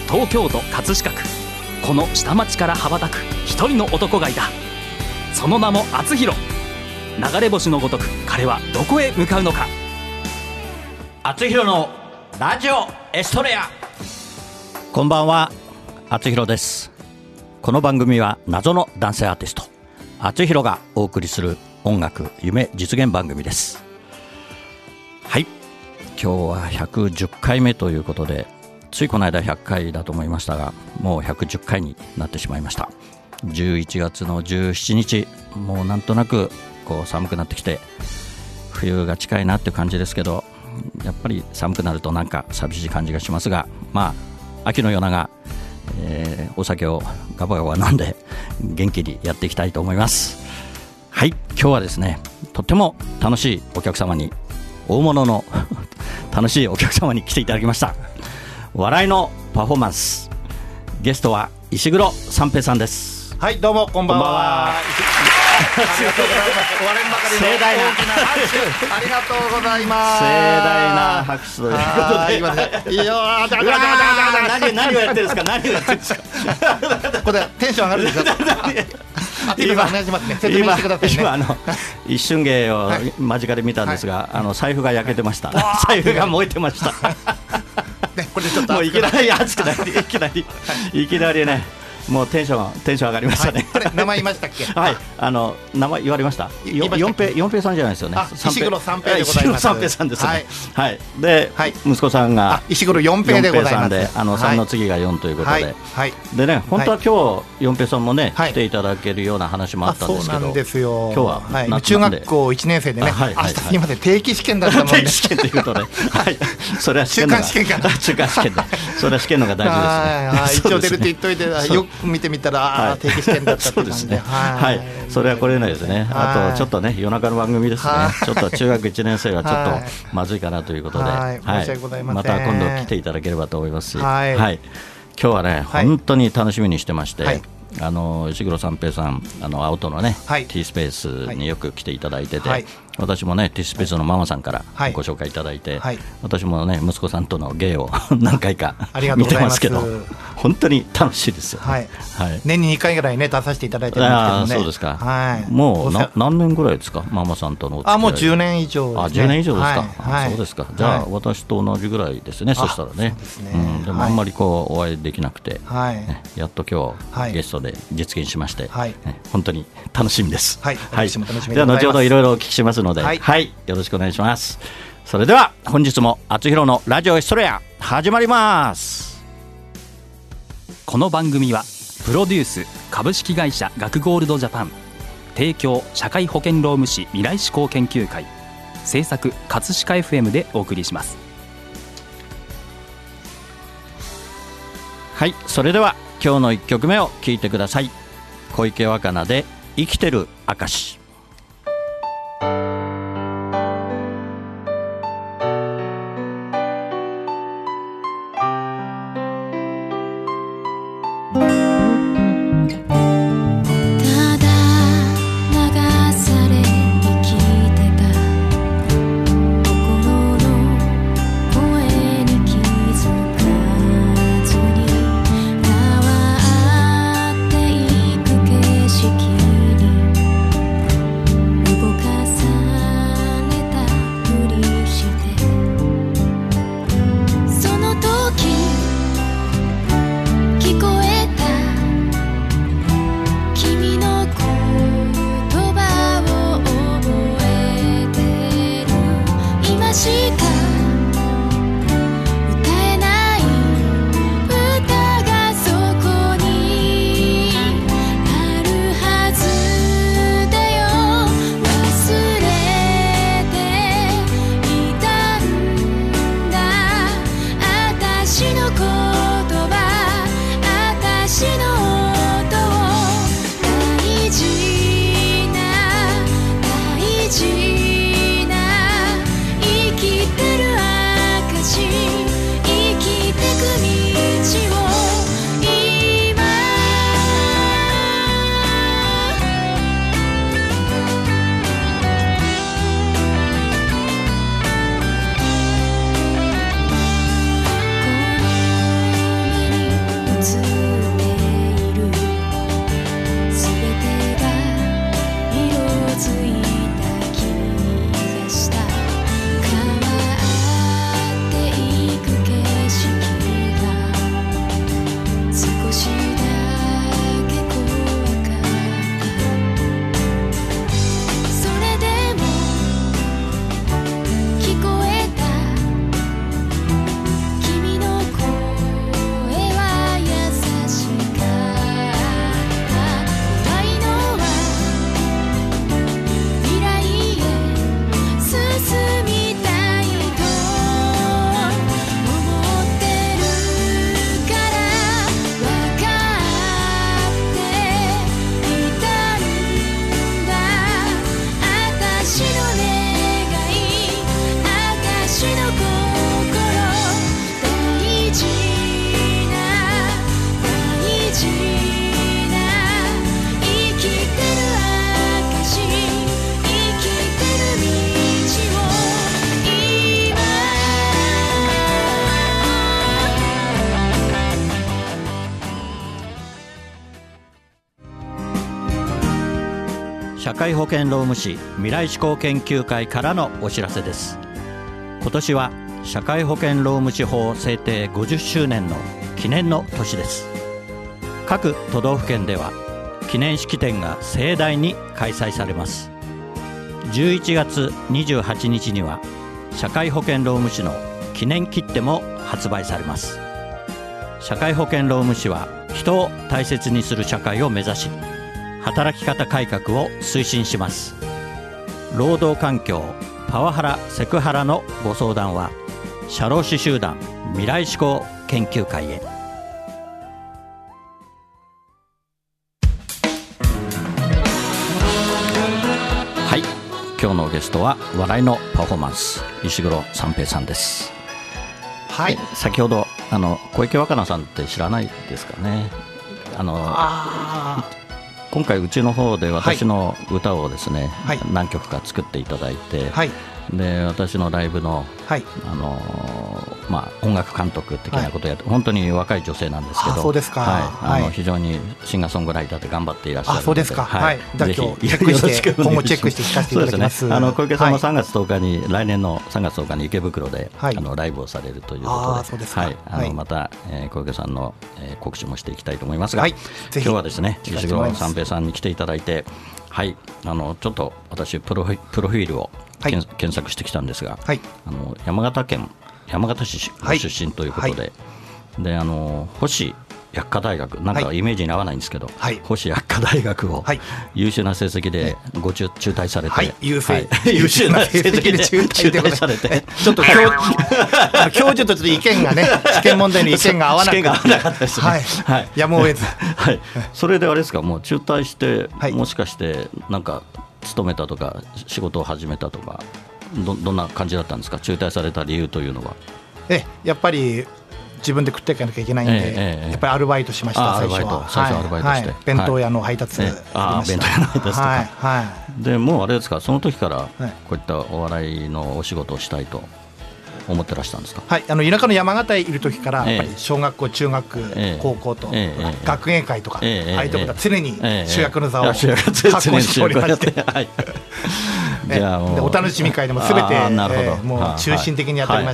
東京都葛飾区、この下町から羽ばたく一人の男がいた。その名も厚弘。流れ星のごとく彼はどこへ向かうのか。 厚弘のラジオエストレア。こんばんは、厚弘です。この番組は謎の男性アーティスト厚弘がお送りする音楽夢実現番組です。はい、今日は110回目ということで、ついこの間100回だと思いましたが、もう110回になってしまいました。11月の17日、もうなんとなくこう寒くなってきて冬が近いなっていう感じですけど、やっぱり寒くなるとなんか寂しい感じがしますが、まあ秋の夜長、お酒をガバガバ飲んで元気にやっていきたいと思います。はい、今日はですね、とっても楽しいお客様に、大物の楽しいお客様に来ていただきました。笑いのパフォーマンス、ゲストは石黒三平さんです。 はい、どうもこんばんは。ありがとうございます。割れんばかりの大きな拍手ありがとうございます。 盛大な拍手ということで、いや何をやってるんですか。何をやってるんですか。 これテンション上がるんですよ。今お願いしますね。説明してくださいね。 今一瞬芸を間近で見たんですが、財布が焼けてました。財布が燃えてました。 これでちょっともういきなり熱くなり、いきなりね、もうテンション上がりましたね。 これ名前言いましたっけ。 はい、名前言われました。四平さんじゃないですよね。 石黒三平でございます。 三平さんですね。はい。で、息子さんが石黒四平でございます。 3の次が4ということで、でね、本当は今日四平さんもね来ていただけるような話もあったんですけど、 そうなんですよ。 今日は中学校1年生でね、明日すみません、定期試験だったので、 定期試験ということで、はい、それは中間試験かな。 中間試験で、それは試験のが大事ですね。 一応出るって言っといて、よく見てみたら定期試験だったって感じで、 はい、それはこれないですね。あとちょっとね、夜中の番組ですね。ちょっと中学1年生はちょっとまずいかなということで、また今度来ていただければと思いますし、はい、今日はね、本当に楽しみにしてまして、石黒三平さん、アウトのね、T スペースによく来ていただいてて、私もね T スペースのママさんからご紹介いただいて、私もね息子さんとの芸を何回か見てますけど、本当に楽しいですよ。 年に2回ぐらいね出させていただいてるんですけどね。 そうですか。もう何年ぐらいですか、ママさんとのお付き合い。 もう10年以上ですね。 10年以上ですか。そうですか。じゃあ私と同じぐらいですね。そしたらね。でもあんまりこうお会いできなくて、やっと今日ゲストで実現しまして、本当に楽しみです。では後ほどいろいろお聞きしますので、よろしくお願いします。それでは本日も厚弘のラジオエストレア始まります。 この番組はプロデュース株式会社学ゴールドジャパン、提供社会保険労務士未来志向研究会、制作葛飾 FM でお送りします。 はい、それでは今日の1曲目を聴いてください。小池若菜で生きてる証。 「 社会保険労務士未来志向研究会からのお知らせです。今年は社会保険労務士法制定50周年の記念の年です。各都道府県では記念式典が盛大に開催されます。11月28日には社会保険労務士の記念切手も発売されます。社会保険労務士は人を大切にする社会を目指し、働き方改革を推進します。労働環境パワハラセクハラのご相談は社労士集団未来志向研究会へ。はい、今日のゲストは笑いのパフォーマンス石黒三平さんです。 はい、 先ほど小池若菜さんって知らないですかね。今回うちの方で私の歌をですね、はい、何曲か作っていただいて、はい、で私のライブの、はい、音楽監督的なことをやって、はい、本当に若い女性なんですけど、 そうですか、 はい、非常にシンガーソングライターで頑張っていらっしゃるので、 そうですか、はい、ぜひ今後チェックして聞かせていただきます。 そうですね、小池さんは3月10日に、来年の3月10日に池袋で、ライブをされるということで、また、小池さんの、告知もしていきたいと思いますが、今日はですね石黒三平さんに来ていただいて、はい、ちょっと私プロフィールを検索してきたんですが、はい、山形市ご出身ということで、で星薬科大学、なんかイメージに合わないんですけど、星薬科大学を優秀な成績でご中退されて、 優秀な成績で中退されて、ちょっと教授と意見がね、試験問題に意見が合わなかったですね。やむを得ず、 それであれですか、もう中退して、もしかしてなんか勤めたとか仕事を始めたとか、どんな感じだったんですか、中退された理由というのは。 やっぱり自分で食っていかなきゃいけないんで、やっぱりアルバイトしました。最初はアルバイトして、弁当屋の配達やりました。 弁当屋の配達とか、でもうあれですか、その時からこういったお笑いのお仕事をしたいと思ってらしたんですか。 はい、田舎の山形にいる時からやっぱり小学校、中学、高校と学芸会とか、ああいうところは常に主役の座を確保しておりまして、でお楽しみ会でもすべてもう中心的にやっておりまして、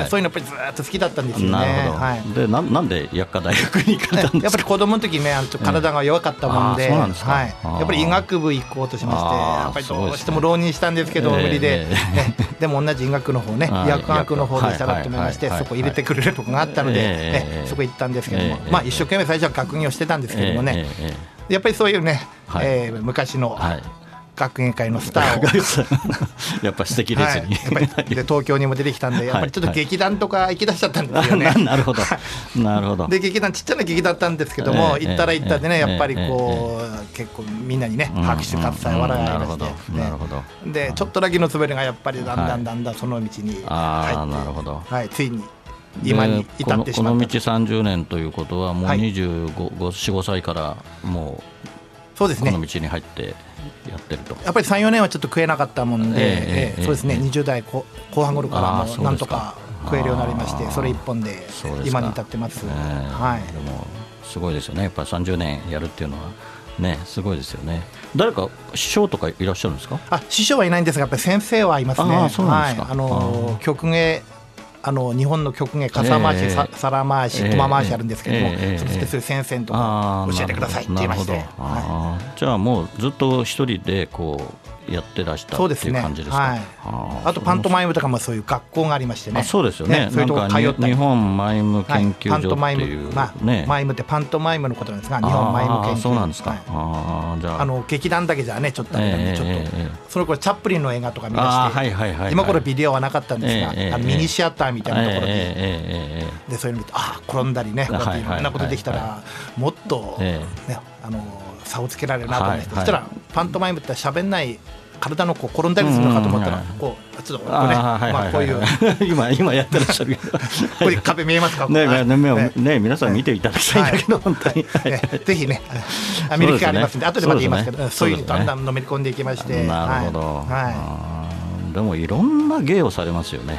そういうのやっぱりずっと好きだったんですよね。 でなんで薬科大学に行かれたんですか。 やっぱり子供の時ね、体が弱かったもんで、やっぱり医学部行こうとしまして、やっぱりどうしても浪人したんですけど無理で、でも同じ医学の方ね、医薬学の方でしたらと思いまして、そこ入れてくれるとこがあったのでそこ行ったんですけども、一生懸命最初は学業してたんですけどもね、やっぱりそういうね昔の学芸会のスターをやっぱり素敵ですね、 で東京にも出てきたんで、やっぱりちょっと劇団とか行き出しちゃったんですよね。 なるほどなるほど。 で劇団、ちっちゃな劇団だったんですけども、行ったら行ったでね、やっぱりこう結構みんなにね拍手喝采笑いがありまして、でちょっとだけの滑りがやっぱりだんだんその道に入って、ついに今に至ってしまった。 この道30年ということはもう25、4、5歳からもうこの道に入ってやってると。 やっぱり 3,4 年はちょっと食えなかったもんで、そうですね、20代後半頃からもなんとか食えるようになりまして、それ一本で今に至ってます。でもすごいですよね、やっぱり30年やるっていうのはね、すごいですよね。誰か師匠とかいらっしゃるんですか。 師匠はいないんですが、やっぱり先生はいますね。曲芸、日本の曲芸、傘回し、皿回し、駒回しあるんですけども、そしてそういう先生とか教えてくださいって言いまして、 じゃあもうずっと一人でこうやってらしたっていう感じですか。 あとパントマイムとかもそういう学校がありましてね。 そうですよね。なんか日本マイム研究所っていうね、 マイムってパントマイムのことなんですが、日本マイム研究所。 そうなんですか。じゃあ劇団だけじゃね、ちょっとその頃チャップリンの映画とか見出して、今頃ビデオはなかったんですが、ミニシアターみたいなところでそういうの見て、転んだりね、いろんなことできたらもっと差をつけられるなと思って、そしたらパントマイムって喋んない体の転んだりするのかと思ったら、こうちょっとこういう今やってらっしゃるここに壁見えますか。 皆さん見ていただきたいんだけど、本当にぜひね、アメリカありますんで後でまた言いますけど、そういうのだんだんのめり込んでいきまして。 なるほど。でもいろんな芸をされますよね。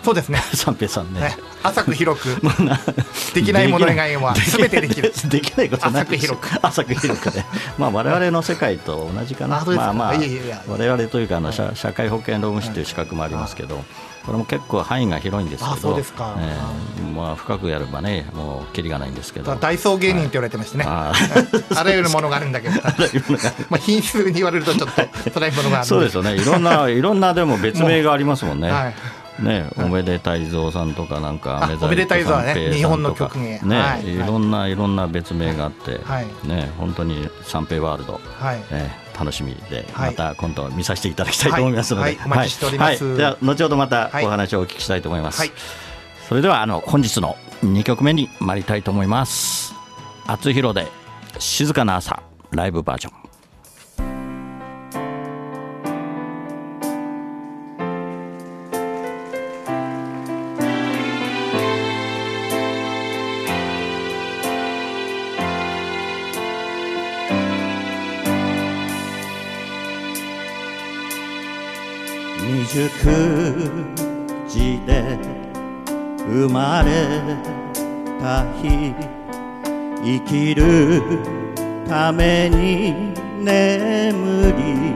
そうですね。 三平さんね。 浅く広くできないもの以外は全てできる。 できないことないです。 浅く広くね。まあ我々の世界と同じかな。まあまあ我々というか社会保険労務士という資格もありますけど、これも結構範囲が広いんですけど、まあ深くやればね、もうキリがないんですけど。 大層芸人って言われてましてね。あらゆるものがあるんだけど、まあ品質に言われるとちょっと辛いものがある。 そうですよね。いろんなでも別名がありますもんね。ね、おめでたいぞうさんとかなんかおめでたいぞはね、日本の曲芸ね、いろんな別名があって、ね、本当に三平ワールド、楽しみで、また今度見させていただきたいと思いますので、 お待ちしております。 では後ほどまたお話をお聞きしたいと思います。それでは本日の2曲目に参りたいと思います。厚弘で静かな朝ライブバージョン。 未熟児で生まれた日、生きるために眠り、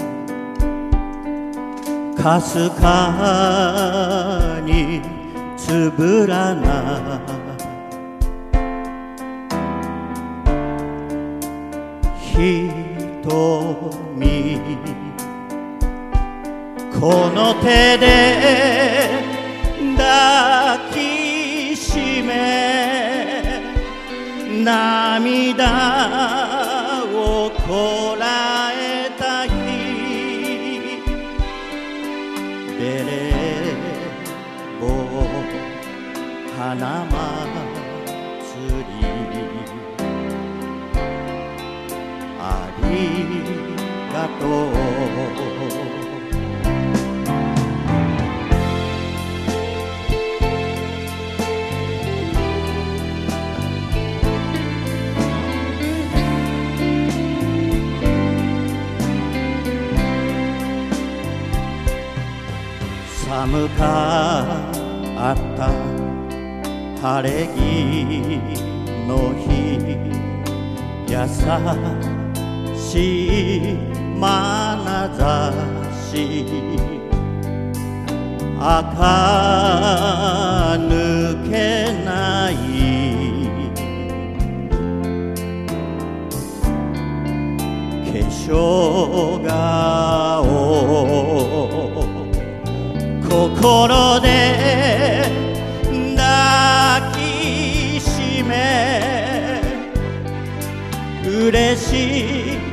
かすかにつぶらな瞳、この手で抱きしめ、涙をこらえた日、ベレー帽花祭り、ありがとう。寒かった晴れ着の日、優しい眼差し、垢抜けない化粧顔、心で抱きしめ、嬉しい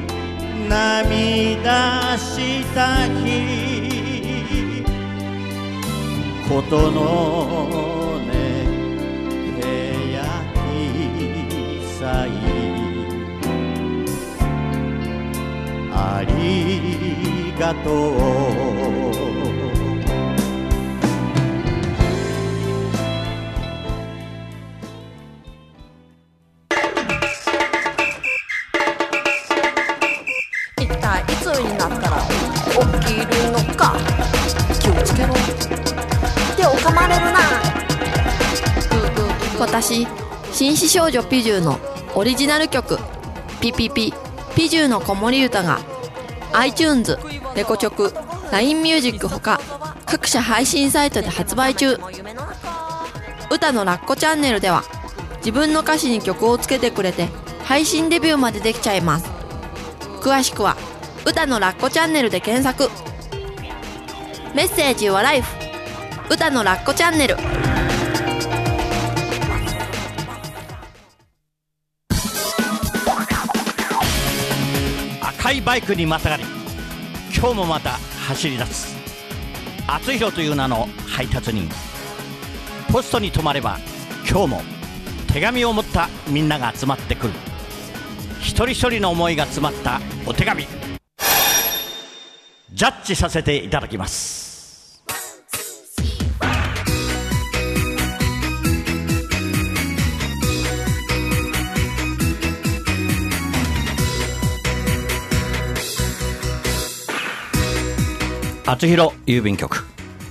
涙した日、ことのねけやきさい、ありがとう。 私、紳士少女ピジューのオリジナル曲ピピピピジューの子守歌が iTunes、レコチョク、LINE ミュージックほか各種配信サイトで発売中。歌のラッコチャンネルでは自分の歌詞に曲をつけてくれて配信デビューまでできちゃいます。詳しくは歌のラッコチャンネルで検索。メッセージはライフ歌のラッコチャンネル。 赤いバイクにまたがり、今日もまた走り出す厚弘という名の配達人。ポストに止まれば今日も手紙を持ったみんなが集まってくる。一人一人の思いが詰まったお手紙、ジャッジさせていただきます。厚弘郵便局。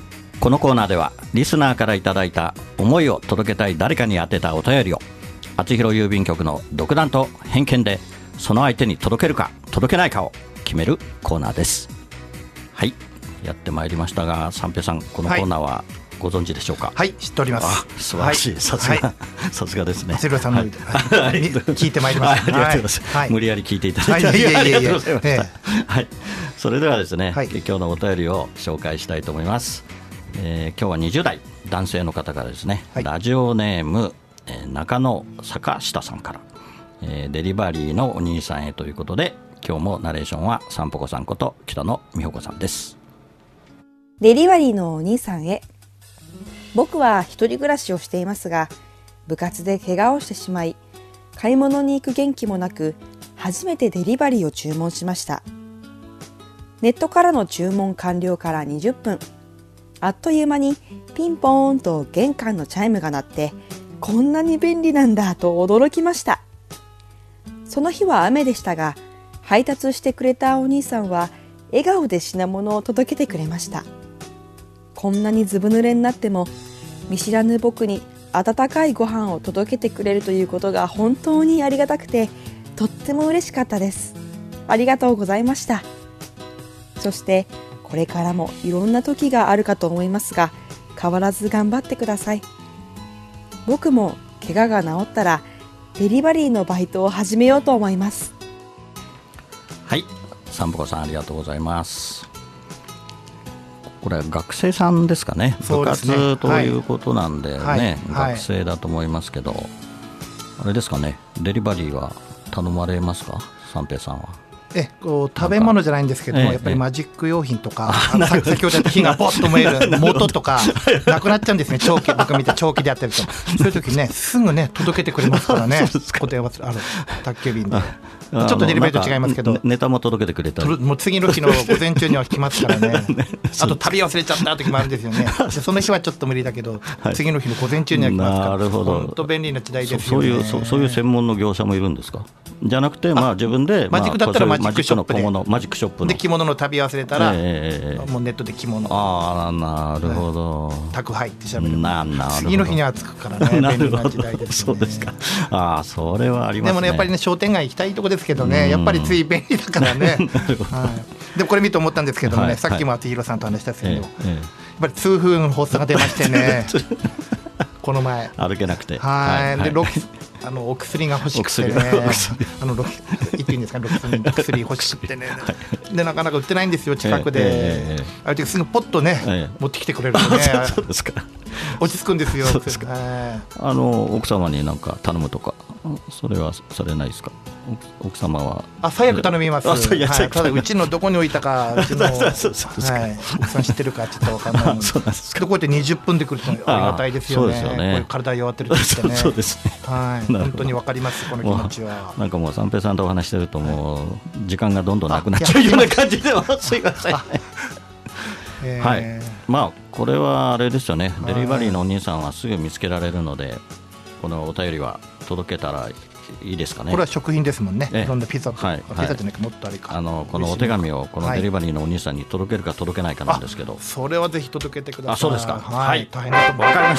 このコーナーではリスナーからいただいた思いを届けたい誰かに宛てたお便りをあつひろ郵便局の独断と偏見でその相手に届けるか届けないかを決めるコーナーです。はい、やってまいりましたが、三平さん、このコーナーはご存知でしょうか？ はい、知っております。 素晴らしい、さすが、さすがですね。 セルさんの聞いてまいりました。 ありがとうございます。無理やり聞いていただいてありがとうございました。はい、それではですね、今日のお便りを紹介したいと思います。今日は20代男性の方からですね、ラジオネーム中野坂下さんから、デリバリーのお兄さんへということで、今日もナレーションはさんぽこさんこと北野美穂子さんです。 デリバリーのお兄さんへ。僕は一人暮らしをしていますが、部活で怪我をしてしまい、買い物に行く元気もなく、初めてデリバリーを注文しました。ネットからの注文完了から20分。あっという間にピンポーンと玄関のチャイムが鳴って、こんなに便利なんだと驚きました。その日は雨でしたが、配達してくれたお兄さんは笑顔で品物を届けてくれました。こんなにずぶ濡れになっても見知らぬ僕に温かいご飯を届けてくれるということが本当にありがたくて、とっても嬉しかったです。ありがとうございました。そしてこれからもいろんな時があるかと思いますが、変わらず頑張ってください。僕も怪我が治ったらデリバリーのバイトを始めようと思います。 はい、さんぽこさんありがとうございます。これは学生さんですかね。部活ということなんでね、学生だと思いますけど、あれですかね、デリバリーは頼まれますか、三平さんは？ こう食べ物じゃないんですけども、やっぱりマジック用品とか、先ほどやった火がボッと燃える元とかなくなっちゃうんですね。長期、僕見て長期でやってると、そういう時ね、すぐね届けてくれますからね。固定は宅急便でちょっとデリバリーと違いますけど、 ネタも届けてくれたり、 もう次の日の午前中には来ますからね。あと旅忘れちゃった時もあるんですよね。その日はちょっと無理だけど、次の日の午前中には来ますから。なるほど、本当便利な時代ですよね。 そういう専門の業者もいるんですか？じゃなくて、自分でマジックだったらマジックショップで、 マジックショップので着物の旅忘れたら、もうネットで着物、 なるほど、 宅配って調べる、次の日には着くからね。便利な時代ですね。 そうですか。それはありますね。 でもね、やっぱりね、商店街行きたいとこですけどね、やっぱりつい便利だからね。でもこれ見て思ったんですけどもね、さっきも厚弘さんと話したんですけど、やっぱり痛風の発作が出ましてね。この前歩けなくて、 でお薬が欲しくてね、言っていいんですかね、薬欲しくてね、でなかなか売ってないんですよ、近くで。あれですぐポッとね、持ってきてくれるとね、落ち着くんですよ。 奥様に何か頼むとか、それはされないですか？奥様は最悪頼みます。ただうちのどこに置いたか、うちの奥さん知ってるかちょっと分かんないので、こうやって20分で来るとありがたいですよね。体弱ってるときってね。そうですね。本当に分かります、この気持ちは。 なんかもう三平さんとお話してると、もう時間がどんどんなくなっちゃうような感じではすいません。はい、これはあれですよね、デリバリーのお兄さんはすぐ見つけられるので、このお便りは届けたらいいですかね。 これは食品ですもんね。いろんなピザとか、ピザじゃなくてもっとあれか、 このお手紙をこのデリバリーのお兄さんに届けるか届けないかなんですけど、 それはぜひ届けてください。 そうですか。 はい、大変だと思う。分かりました。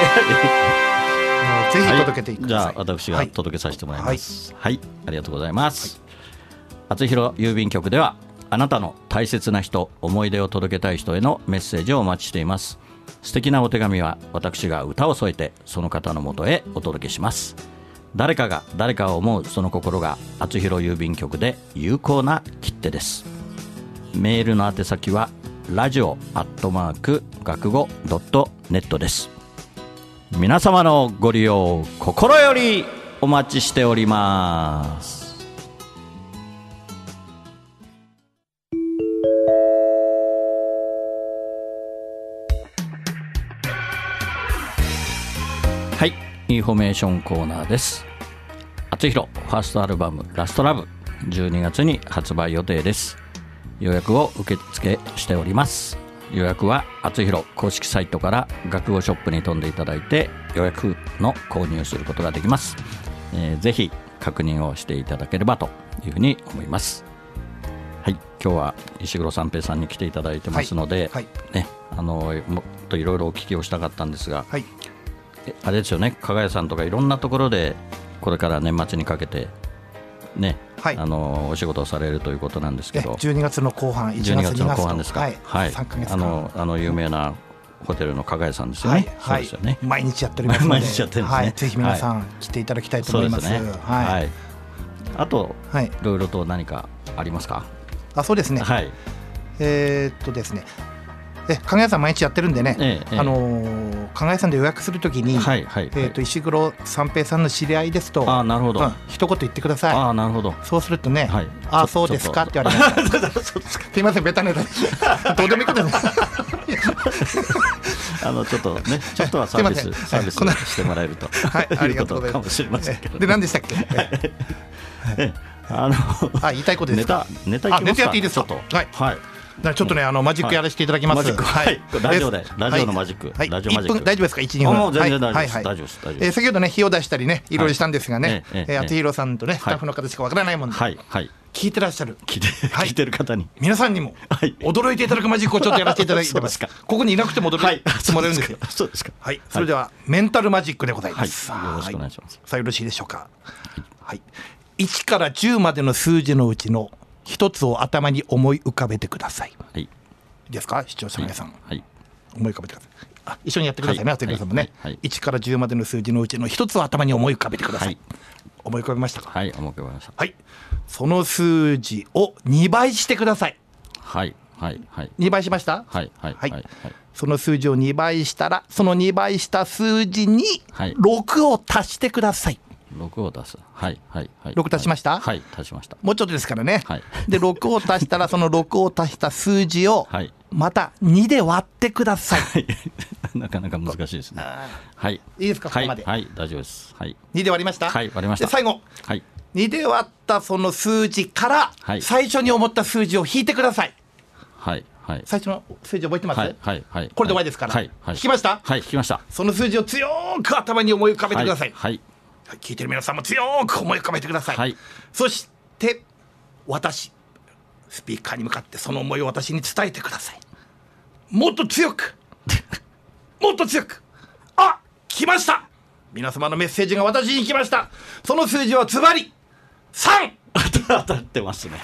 ぜひ届けてください。 じゃあ私が届けさせてもらいます。はい、ありがとうございます。厚弘郵便局では、あなたの大切な人、思い出を届けたい人へのメッセージをお待ちしています。素敵なお手紙は私が歌を添えてその方のもとへお届けします。誰かが誰かを思うその心が厚弘郵便局で有効な切手です。メールの宛先はradio@学語.net です。皆様のご利用心よりお待ちしております。はい、インフォメーションコーナーです。厚弘ファーストアルバムラストラブ、12月に発売予定です。予約を受付しております。予約は厚弘公式サイトから学語ショップに飛んでいただいて予約の購入することができます。ぜひ確認をしていただければというふうに思います。 はい、今日は石黒三平さんに来ていただいてますので、 はいね、もっといろいろお聞きをしたかったんですが、 はい、 あれですよね、加賀屋さんとかいろんなところでこれから年末にかけてね、 はい、 お仕事をされるということなんですけど、 12月の後半、1月 12月の後半ですか、 はいはい、 3ヶ月間、 有名なホテルの加賀屋さんですよね。 はい、 そうですよね、 毎日やっておりますので、 毎日やってるんですね、 はい、ぜひ皆さん来ていただきたいと思います。 そうですね、はい、あと、はい、いろいろと何かありますか？ そうですね、 はい、 ですね、加賀屋さん毎日やってるんでね、加賀屋さんで予約するときに、石黒三平さんの知り合いですと、 なるほど、 一言言ってください。 なるほど。 そうするとね、そうですかって言われました。すいません、ベタネタどうでもいいことです。 ちょっとね、ちょっとはサービスしてもらえると、 はい、ありがとうございます。 かもしれませんけど。 で、何でしたっけ？言いたいことですか？ ネタやっていいですか？はい。ちょっとね、マジックやらせていただきます。 ラジオのマジック。 1分大丈夫ですか？1、2分。 もう全然大丈夫です。 先ほどね、火を出したりね、いろいろしたんですがね、厚弘さんとね、スタッフの方しかわからないもんで、聞いてらっしゃる。 聞いてる方に。 皆さんにも、驚いていただくマジックをちょっとやらせていただいてます。ここにいなくても驚いてもらえるんですよ。 そうですか。 はい。それでは、メンタルマジックでございます。 よろしくお願いします。 さあ、よろしいでしょうか。はい。1から10までの数字のうちの一つを頭に思い浮かべてください。はい。いいですか、視聴者の皆さん、思い浮かべてください。一緒にやってくださいね、厚弘さんもね。1から10までの数字のうちの一つを頭に思い浮かべてください。思い浮かべましたか？ はい、思い浮かべました。 はい。その数字を2倍してください。 はい 2倍しました？ はい。 その数字を2倍したら、その2倍した数字に6を足してください。 6を足す。はい。 6足しました？ はい、足しました。 もうちょっとですからね。で、6を足したら、その6を足した数字をまた2で割ってください。 なかなか難しいですね。はい。いいですか、ここまで。 はい、大丈夫です。はい。 2で割りました？ はい、割りました。 で、最後。はい。2で割ったその数字から最初に思った数字を引いてください。はい。最初の数字覚えてます？はい。これで終わりですから。引きました？ はい、引きました。 その数字を強く頭に思い浮かべてください。はい。聞いてる皆さんも強く思い浮かべてください。はい。そしてスピーカーに向かってその思いを私に伝えてください。もっと強くもっと強く。来ました。皆様のメッセージが私に来ました。その数字はズバリ3。 当たってますね。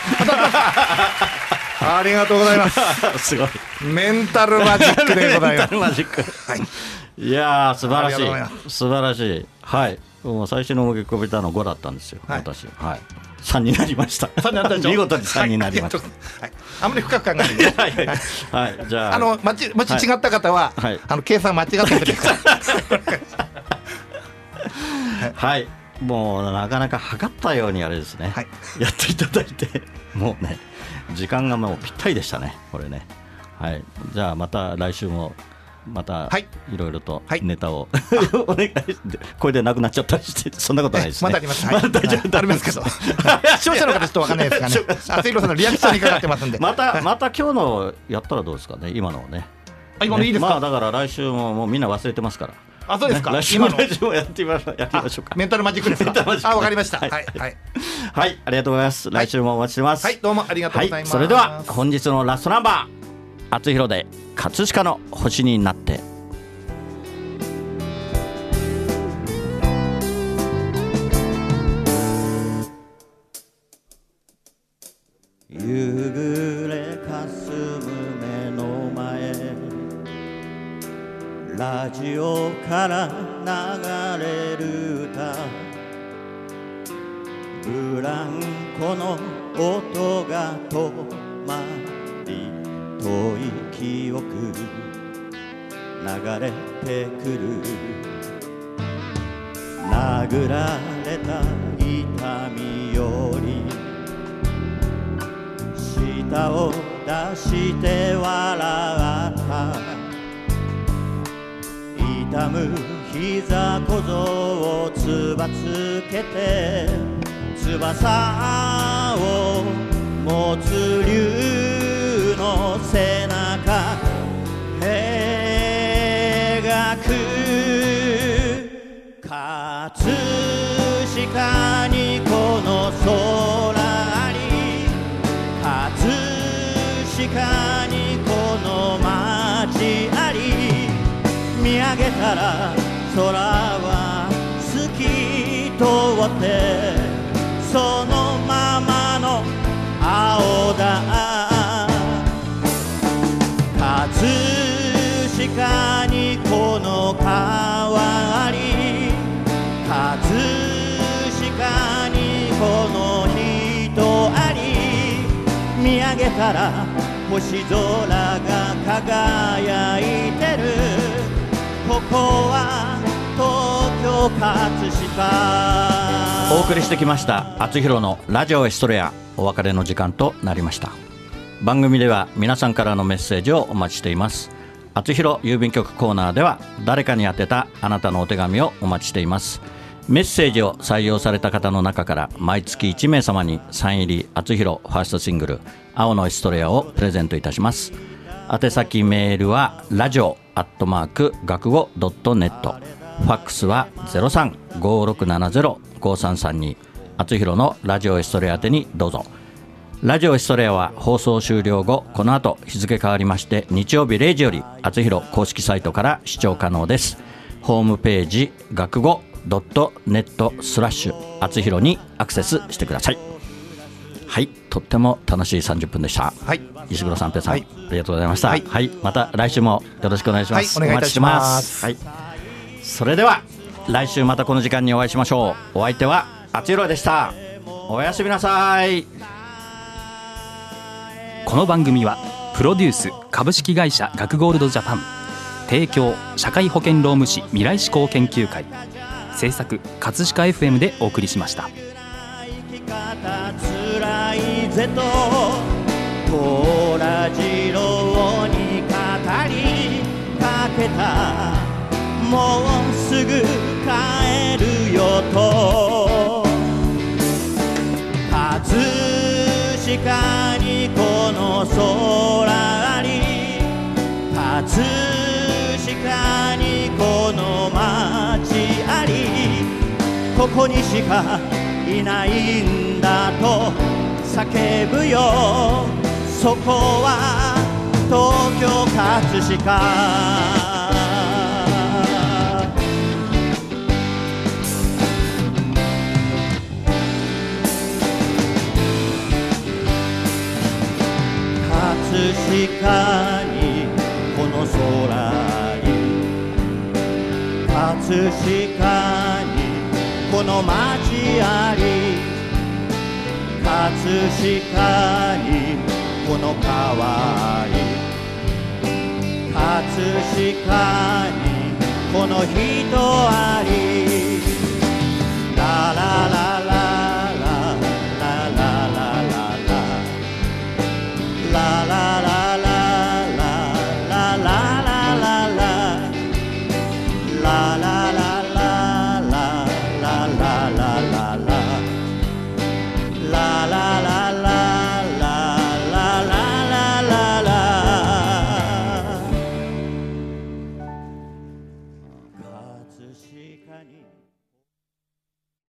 ありがとうございます。 すごい。 メンタルマジックでございます。メンタルマジック。 はい。いやー、素晴らしい。素晴らしい。はい。もう最初の思い浮かべたの5だったんですよ。私。はい。3になりました。見事に3になりました。 あんまり深く考えないで。 はい。じゃあ、 もし違った方は計算間違ってるですから。 はい。もうなかなか測ったようにあれですね。やっていただいて、もうね、時間がもうぴったりでしたね。これね。はい。じゃあまた来週も。またいろいろとネタをお願いして、これでなくなっちゃったりして、そんなことないですね。 まだあります。大丈夫ありますけど、視聴者の方ちょっと分かんないですかね。厚弘さんのリアクションにかかってますんで。 また今日のやったらどうですかね。今のね。 今のいいですか。 だから来週もみんな忘れてますから。 そうですか。 来週もやってみましょうか。 メンタルマジックですか。わかりました。はい、 ありがとうございます。来週もお待ちしてます。 はい、どうもありがとうございます。 それでは本日のラストナンバー、厚弘で葛飾の星になって。 夕暮れかすむ目の前、ラジオから流れる歌、ブランコの音が止まり、遠い記憶流れてくる、殴られた痛みより舌を出して笑った痛む膝小僧をつばつけて翼を持つ竜の背中描く葛飾にこの空にかにこの街あり、見上げたら空は透き通って、そのままの青だ。葛飾にこの変わり、葛飾にこの人あり、見上げたら星空が輝いてる。ここは東京葛飾。 お送りしてきましたあつひろのラジオエストレア、お別れの時間となりました。番組では皆さんからのメッセージをお待ちしています。あつひろ郵便局コーナーでは誰かに宛てたあなたのお手紙をお待ちしています。メッセージを採用された方の中から毎月1名様にサイン入りあつひろファーストシングル青のエストレアをプレゼントいたします。宛先メールはラジオ学語.net、 ファックスは 03-5670-5332、 あつひろのラジオエストレア宛てにどうぞ。ラジオエストレアは放送終了後、この後日付変わりまして日曜日0時よりあつひろ公式サイトから視聴可能です。ホームページ学語.net/あつひろにアクセスしてください。はい、とっても楽しい30分でした。 はい、 石黒三平さん、 はい、 ありがとうございました。はい、はい、また来週もよろしくお願いします。 はい、お願いいたします。 はい、それでは来週またこの時間にお会いしましょう。お相手はあつひろでした。おやすみなさい。 この番組はプロデュース株式会社学ゴールドジャパン、提供社会保険労務士未来志向研究会、制作葛飾 FM でお送りしました。 辛いぜとコーラジローに語りかけた、もうすぐ帰るよと。葛飾にこの空あり、葛飾にこの街あり、ここにしかいないんだと叫ぶよ。そこは東京葛飾。葛飾にこの空に、葛飾にこの街あり、葛飾にこの川に、葛飾にこの人あり。